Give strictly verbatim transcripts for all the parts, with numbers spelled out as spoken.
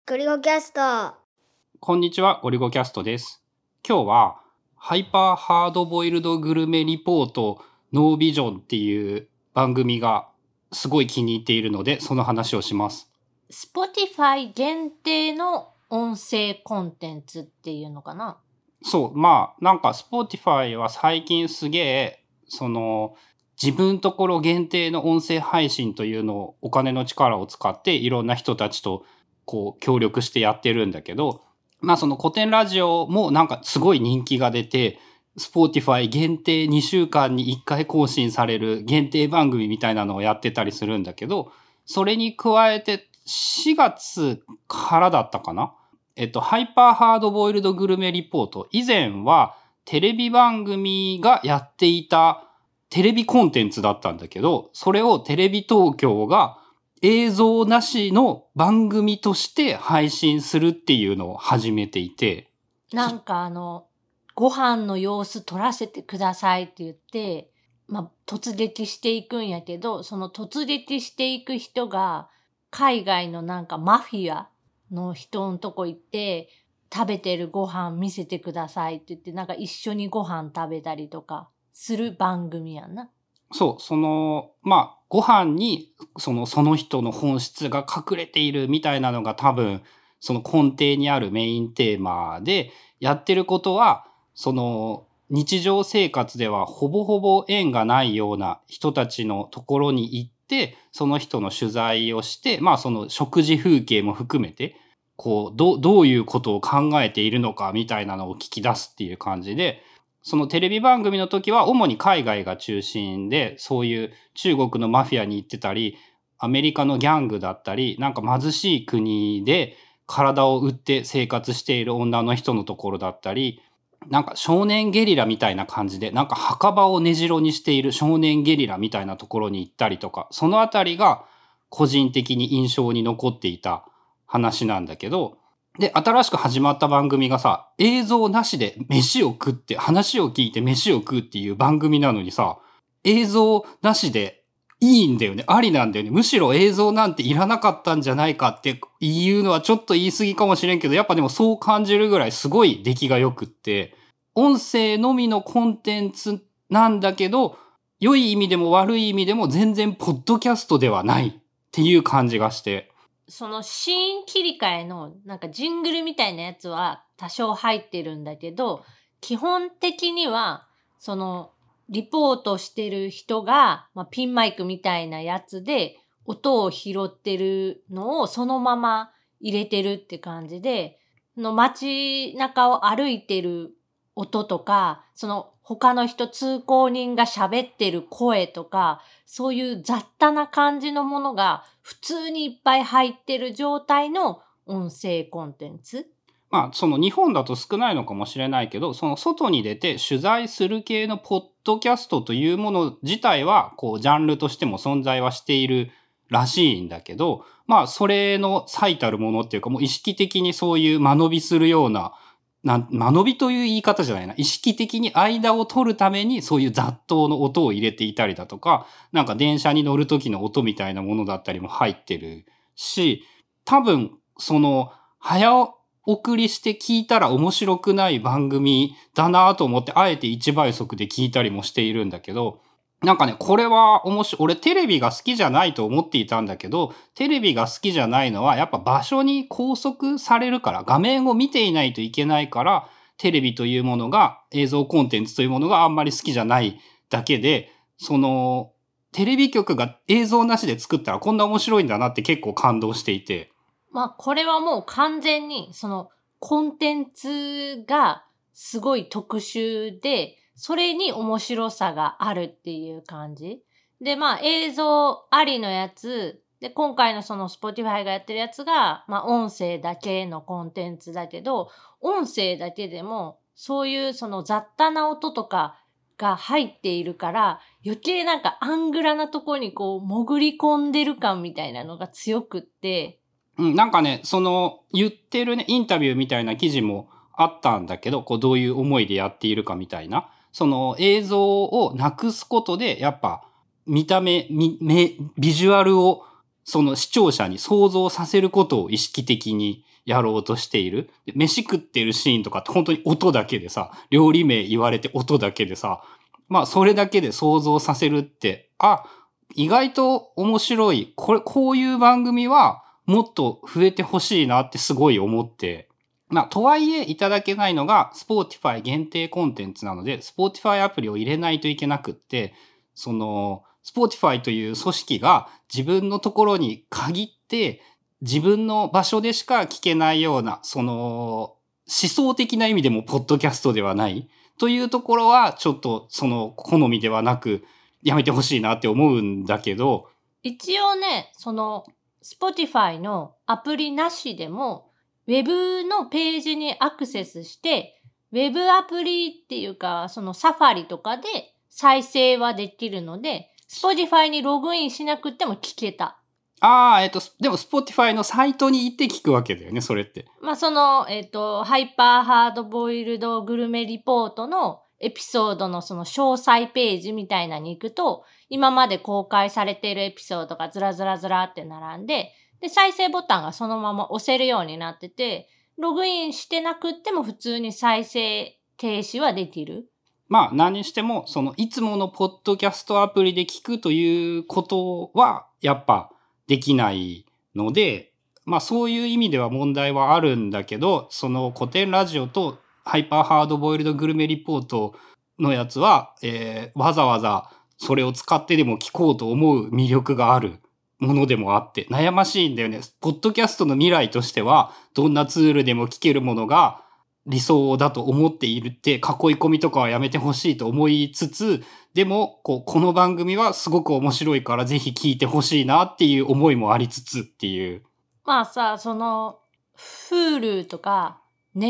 ゴリゴキャスト。 こんにちは、ゴリゴキャストです。今日はハイパーハードボイルドグルメリポートノービジョンっていう番組がすごい気に入っているので、その話をします。 Spotify 限定の音声コンテンツっていうのかな？ そう、まあなんか Spotify は最近すげえその自分ところ限定の音声配信というのをお金の力を使っていろんな人たちとこう協力してやってるんだけど、まあその古典ラジオもなんかすごい人気が出て、Spotify 限定にしゅうかんにいっかい更新される限定番組みたいなのをやってたりするんだけど、それに加えてしがつからだったかな？えっと、ハイパーハードボイルドグルメリポート。以前はテレビ番組がやっていたテレビコンテンツだったんだけど、それをテレビ東京が映像なしの番組として配信するっていうのを始めていて。 なんかあの、ご飯の様子撮らせてくださいって言って、まあ、突撃していくんやけど、その突撃していく人が、海外のなんかマフィアの人のとこ行って、食べてるご飯見せてくださいって言って、なんか一緒にご飯食べたりとかする番組やんな。 そう、その、まあ、ご飯に、その、その人の本質が隠れているみたいなのが多分、その根底にあるメインテーマで、やってることは、その、日常生活ではほぼほぼ縁がないような人たちのところに行って、その人の取材をして、まあ、その食事風景も含めて、こう、ど、どういうことを考えているのかみたいなのを聞き出すっていう感じで、そのテレビ番組の時は主に海外が中心で、そういう中国のマフィアに行ってたり、アメリカのギャングだったり、なんか貧しい国で体を売って生活している女の人のところだったり、なんか少年ゲリラみたいな感じで、なんか墓場を根城にしている少年ゲリラみたいなところに行ったりとか、そのあたりが個人的に印象に残っていた話なんだけど、で、新しく始まった番組がさ、映像なしで飯を食って、話を聞いて飯を食うっていう番組なのにさ、映像なしでいいんだよね。ありなんだよね。むしろ映像なんていらなかったんじゃないかっていうのはちょっと言い過ぎかもしれんけど、やっぱでもそう感じるぐらいすごい出来が良くって、音声のみのコンテンツなんだけど、良い意味でも悪い意味でも全然ポッドキャストではないっていう感じがして、 そのシーン切り替えのなんかジングルみたいなやつは多少入ってるんだけど、基本的にはそのリポートしてる人が、まあ、ピンマイクみたいなやつで音を拾ってるのをそのまま入れてるって感じで、の街中を歩いてる音とか、その他の人、通行人が喋ってる声とか、そういう雑多な感じのものが普通にいっぱい入ってる状態の音声コンテンツ。 まあ、その日本だと少ないのかもしれないけど、その外に出て取材する系のポッドキャストというもの自体は、こう、ジャンルとしても存在はしているらしいんだけど、まあ、それの最たるものっていうか、もう意識的にそういう間延びするような、な間延びという言い方じゃないな。意識的に間を取るためにそういう雑踏の音を入れていたりだとか、なんか電車に乗る時の音みたいなものだったりも入ってるし、多分、その、早送りして聞いたら面白くない番組だなと思って、あえて一倍速で聞いたりもしているんだけど、なんかね、これは面白い。俺テレビが好きじゃないと思っていたんだけど、テレビが好きじゃないのはやっぱ場所に拘束されるから、画面を見ていないといけないから、テレビというものが、映像コンテンツというものがあんまり好きじゃないだけで、その、テレビ局が映像なしで作ったらこんな面白いんだなって結構感動していて。 まあこれはもう完全にそのコンテンツがすごい特殊で、それに面白さがあるっていう感じ。で、まあ映像ありのやつ、で、今回のその Spotify がやってるやつが、まあ音声だけのコンテンツだけど、音声だけでもそういうその雑多な音とかが入っているから、余計なんかアングラなとこにこう潜り込んでる感みたいなのが強くって、 うん、なんかね、その言ってるね、インタビューみたいな記事もあったんだけど、こうどういう思いでやっているかみたいな。その映像をなくすことで、やっぱ見た目、み目、ビジュアルをその視聴者に想像させることを意識的にやろうとしている。で飯食ってるシーンとかって本当に音だけでさ、料理名言われて音だけでさ、まあそれだけで想像させるって、あ、意外と面白い。これ、こういう番組はもっと増えてほしいなってすごい思って。まあ、とはいえいただけないのが、Spotify 限定コンテンツなので、Spotify アプリを入れないといけなくって、その、Spotify という組織が自分のところに限って、自分の場所でしか聞けないような、その、思想的な意味でもポッドキャストではないというところは、ちょっとその好みではなく、やめてほしいなって思うんだけど。 一応ね、その、Spotify のアプリなしでも、ウェブのページにアクセスして、ウェブアプリっていうか、そのサファリとかで再生はできるので、Spotify にログインしなくても聞けた。 ああ、えっと、でも Spotify のサイトに行って聞くわけだよね、それって。 まあ、その、えっと、ハイパーハードボイルドグルメリポートのエピソードのその詳細ページみたいなに行くと、今まで公開されているエピソードがずらずらずらって並んで、で、再生ボタンがそのまま押せるようになってて、ログインしてなくっても普通に再生停止はできる。 まあ何にしても、そのいつものポッドキャストアプリで聞くということはやっぱできないので、まあそういう意味では問題はあるんだけど、その古典ラジオとハイパーハードボイルドグルメリポートのやつは、えー、わざわざそれを使ってでも聞こうと思う魅力があるものでもあって悩ましいんだよね。ポッドキャストの未来としてはどんなツールでも聞けるものが理想だと思っているって囲い込みとかはやめてほしいと思いつつ、でもこうこの番組はすごく面白いからぜひ聞いてほしいなっていう思いもありつつっていう。 まあさ、その Hulu とか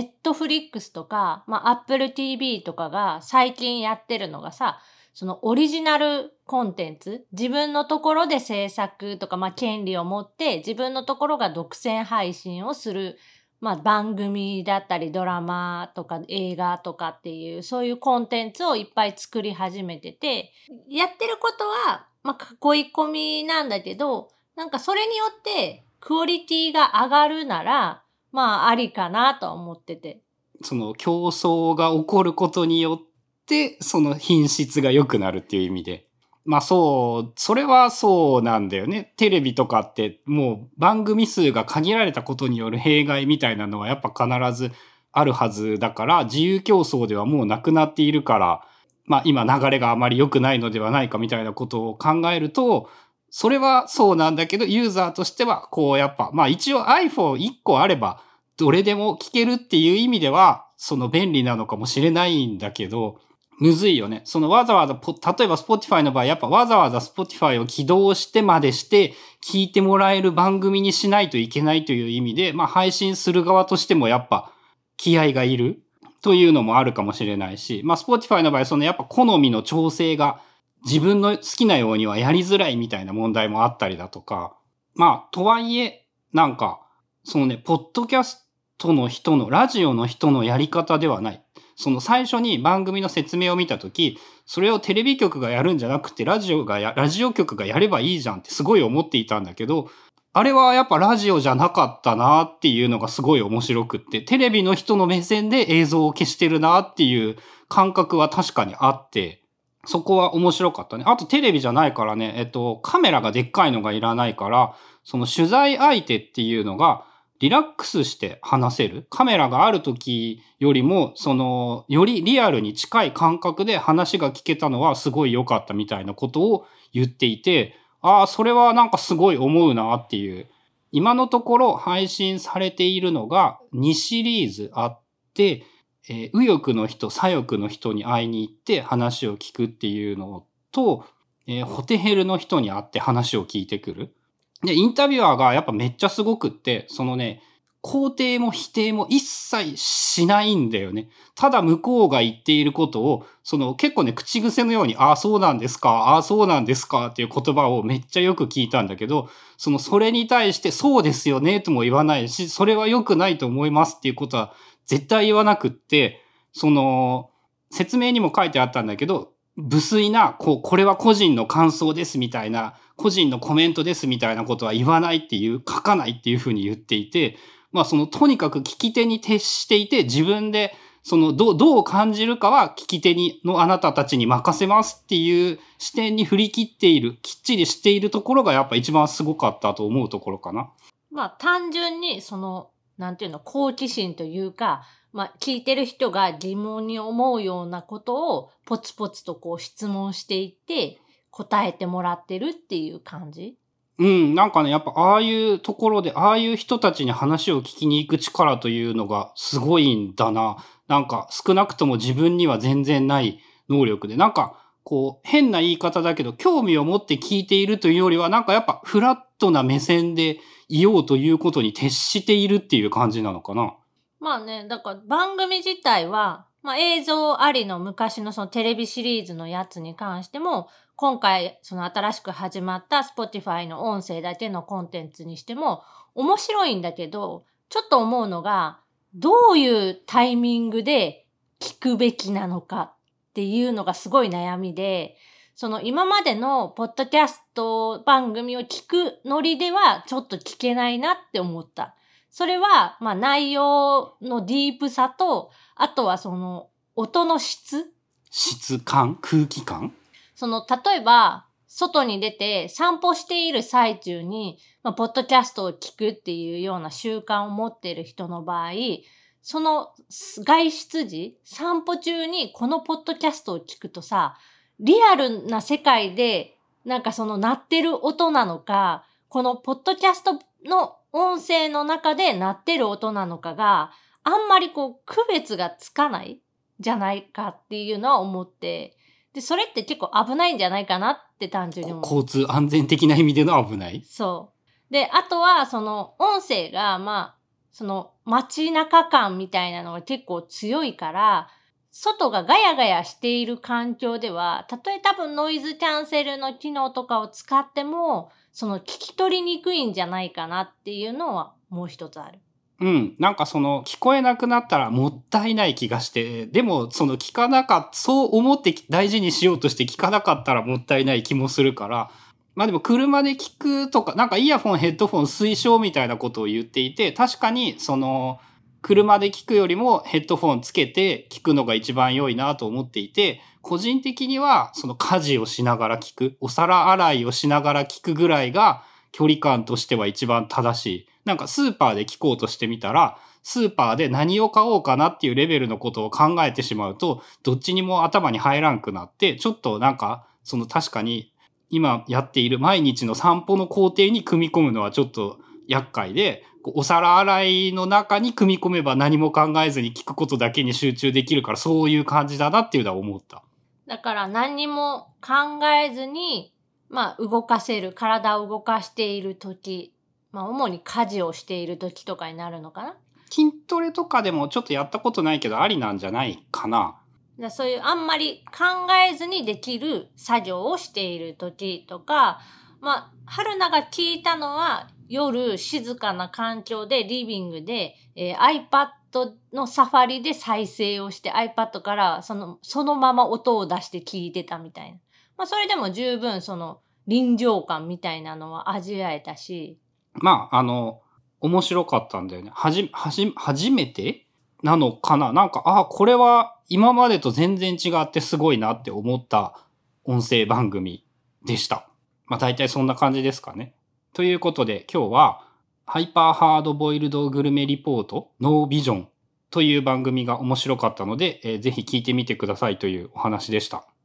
Netflix とか、まあ Apple ティーブイ とかが最近やってるのがさ、そのオリジナルコンテンツ、自分のところで制作とか、まあ権利を持って自分のところが独占配信をする、まあ番組だったりドラマとか映画とかっていうそういうコンテンツをいっぱい作り始めてて、やってることはまあ囲い込みなんだけど、なんかそれによってクオリティが上がるなら、まあありかなと思ってて。 その競争が起こることによってその品質が良くなるっていう意味で。まあそう、それはそうなんだよね。テレビとかってもう番組数が限られたことによる弊害みたいなのはやっぱ必ずあるはずだから、自由競争ではもうなくなっているから、まあ今流れがあまり良くないのではないかみたいなことを考えると、それはそうなんだけど、ユーザーとしてはこうやっぱ、まあ一応 アイフォンいっこあればどれでも聞けるっていう意味では、その便利なのかもしれないんだけど、むずいよね。そのわざわざ、例えば Spotify の場合、やっぱわざわざ Spotify を起動してまでして聞いてもらえる番組にしないといけないという意味で、まあ配信する側としてもやっぱ気合がいるというのもあるかもしれないし、まあ Spotify の場合、そのやっぱ好みの調整が自分の好きなようにはやりづらいみたいな問題もあったりだとか、まあとはいえ、なんか、そのね、ポッドキャストの人の、ラジオの人のやり方ではない。その最初に番組の説明を見たとき、それをテレビ局がやるんじゃなくて、ラジオがや、ラジオ局がやればいいじゃんってすごい思っていたんだけど、あれはやっぱラジオじゃなかったなっていうのがすごい面白くって、テレビの人の目線で映像を消してるなっていう感覚は確かにあって、そこは面白かったね。あとテレビじゃないからね、えっと、カメラがでっかいのがいらないから、その取材相手っていうのが、リラックスして話せる。カメラがある時よりも、その、よりリアルに近い感覚で話が聞けたのはすごい良かったみたいなことを言っていて、ああ、それはなんかすごい思うなっていう。今のところ配信されているのがにシリーズあって、えー、右翼の人、左翼の人に会いに行って話を聞くっていうのと、えー、ホテヘルの人に会って話を聞いてくる。で、インタビュアーがやっぱめっちゃすごくって、そのね、肯定も否定も一切しないんだよね。ただ向こうが言っていることを、その結構ね、口癖のように、ああ、そうなんですか、ああ、そうなんですかっていう言葉をめっちゃよく聞いたんだけど、そのそれに対して、そうですよねとも言わないし、それは良くないと思いますっていうことは絶対言わなくって、その、説明にも書いてあったんだけど、無粋な、こう、これは個人の感想ですみたいな、個人のコメントですみたいなことは言わないっていう、書かないっていうふうに言っていて、 まあそのとにかく聞き手に徹していて、自分でそのどう、どう感じるかは聞き手にのあなたたちに任せますっていう視点に振り切っている、きっちりしているところがやっぱ一番すごかったと思うところかな。 まあ単純にその、なんていうの、好奇心というか、まあ聞いてる人が疑問に思うようなことをポツポツとこう質問していって答えてもらってるっていう感じ。 うん、なんかね、やっぱああいうところで、ああいう人たちに話を聞きに行く力というのがすごいんだな。なんか少なくとも自分には全然ない能力で、なんかこう変な言い方だけど、興味を持って聞いているというよりは、なんかやっぱフラットな目線でいようということに徹しているっていう感じなのかな。 まあね、だから番組自体は、まあ映像ありの昔のそのテレビシリーズのやつに関しても、今回その新しく始まった Spotify の音声だけのコンテンツにしても面白いんだけど、ちょっと思うのが、どういうタイミングで聞くべきなのかっていうのがすごい悩みで、その今までのポッドキャスト番組を聞くノリではちょっと聞けないなって思った。それは、まあ内容のディープさと、あとはその音の質質感、空気感。 その、例えば、外に出て散歩している最中に、まあ、ポッドキャストを聞くっていうような習慣を持っている人の場合、その外出時、散歩中にこのポッドキャストを聞くとさ、リアルな世界で、なんかその鳴ってる音なのか、このポッドキャストの音声の中で鳴ってる音なのかがあんまりこう区別がつかないじゃないかっていうのは思って、で、それって結構危ないんじゃないかなって単純に思う。 交通安全的な意味での危ない。 そう。で、あとはその音声がまあ、その街中感みたいなのが結構強いから、外がガヤガヤしている環境では、たとえ多分ノイズキャンセルの機能とかを使っても、その聞き取りにくいんじゃないかなっていうのはもう一つある。 うん。なんかその聞こえなくなったらもったいない気がして、でもその聞かなかった、そう思って大事にしようとして聞かなかったらもったいない気もするから、まあでも車で聞くとか、なんかイヤフォン、ヘッドフォン推奨みたいなことを言っていて、確かにその車で聞くよりもヘッドフォンつけて聞くのが一番良いなと思っていて、個人的にはその家事をしながら聞く、お皿洗いをしながら聞くぐらいが距離感としては一番正しい。なんかスーパーで聞こうとしてみたら、スーパーで何を買おうかなっていうレベルのことを考えてしまうと、どっちにも頭に入らんくなって、ちょっとなんか、その確かに今やっている毎日の散歩の工程に組み込むのはちょっと厄介で、お皿洗いの中に組み込めば何も考えずに聞くことだけに集中できるから、そういう感じだなっていうのは思った。 だから何にも考えずに、まあ動かせる、体を動かしている時、まあ主に家事をしている時とかになるのかな。 筋トレとかでもちょっとやったことないけどありなんじゃないかな。 だそういうあんまり考えずにできる作業をしている時とか、まあ、春菜が聞いたのは夜静かな環境でリビングで、えー、iPad のサファリで再生をして iPad からその、そのまま音を出して聞いてたみたいな。まあそれでも十分その臨場感みたいなのは味わえたし。 まあ、あの、面白かったんだよね。はじ、はじ、初めてなのかななんか、あ、これは今までと全然違ってすごいなって思った音声番組でした。まあ大体そんな感じですかね。ということで今日はハイパーハードボイルドグルメリポートノービジョンという番組が面白かったので、えー、ぜひ聞いてみてくださいというお話でした。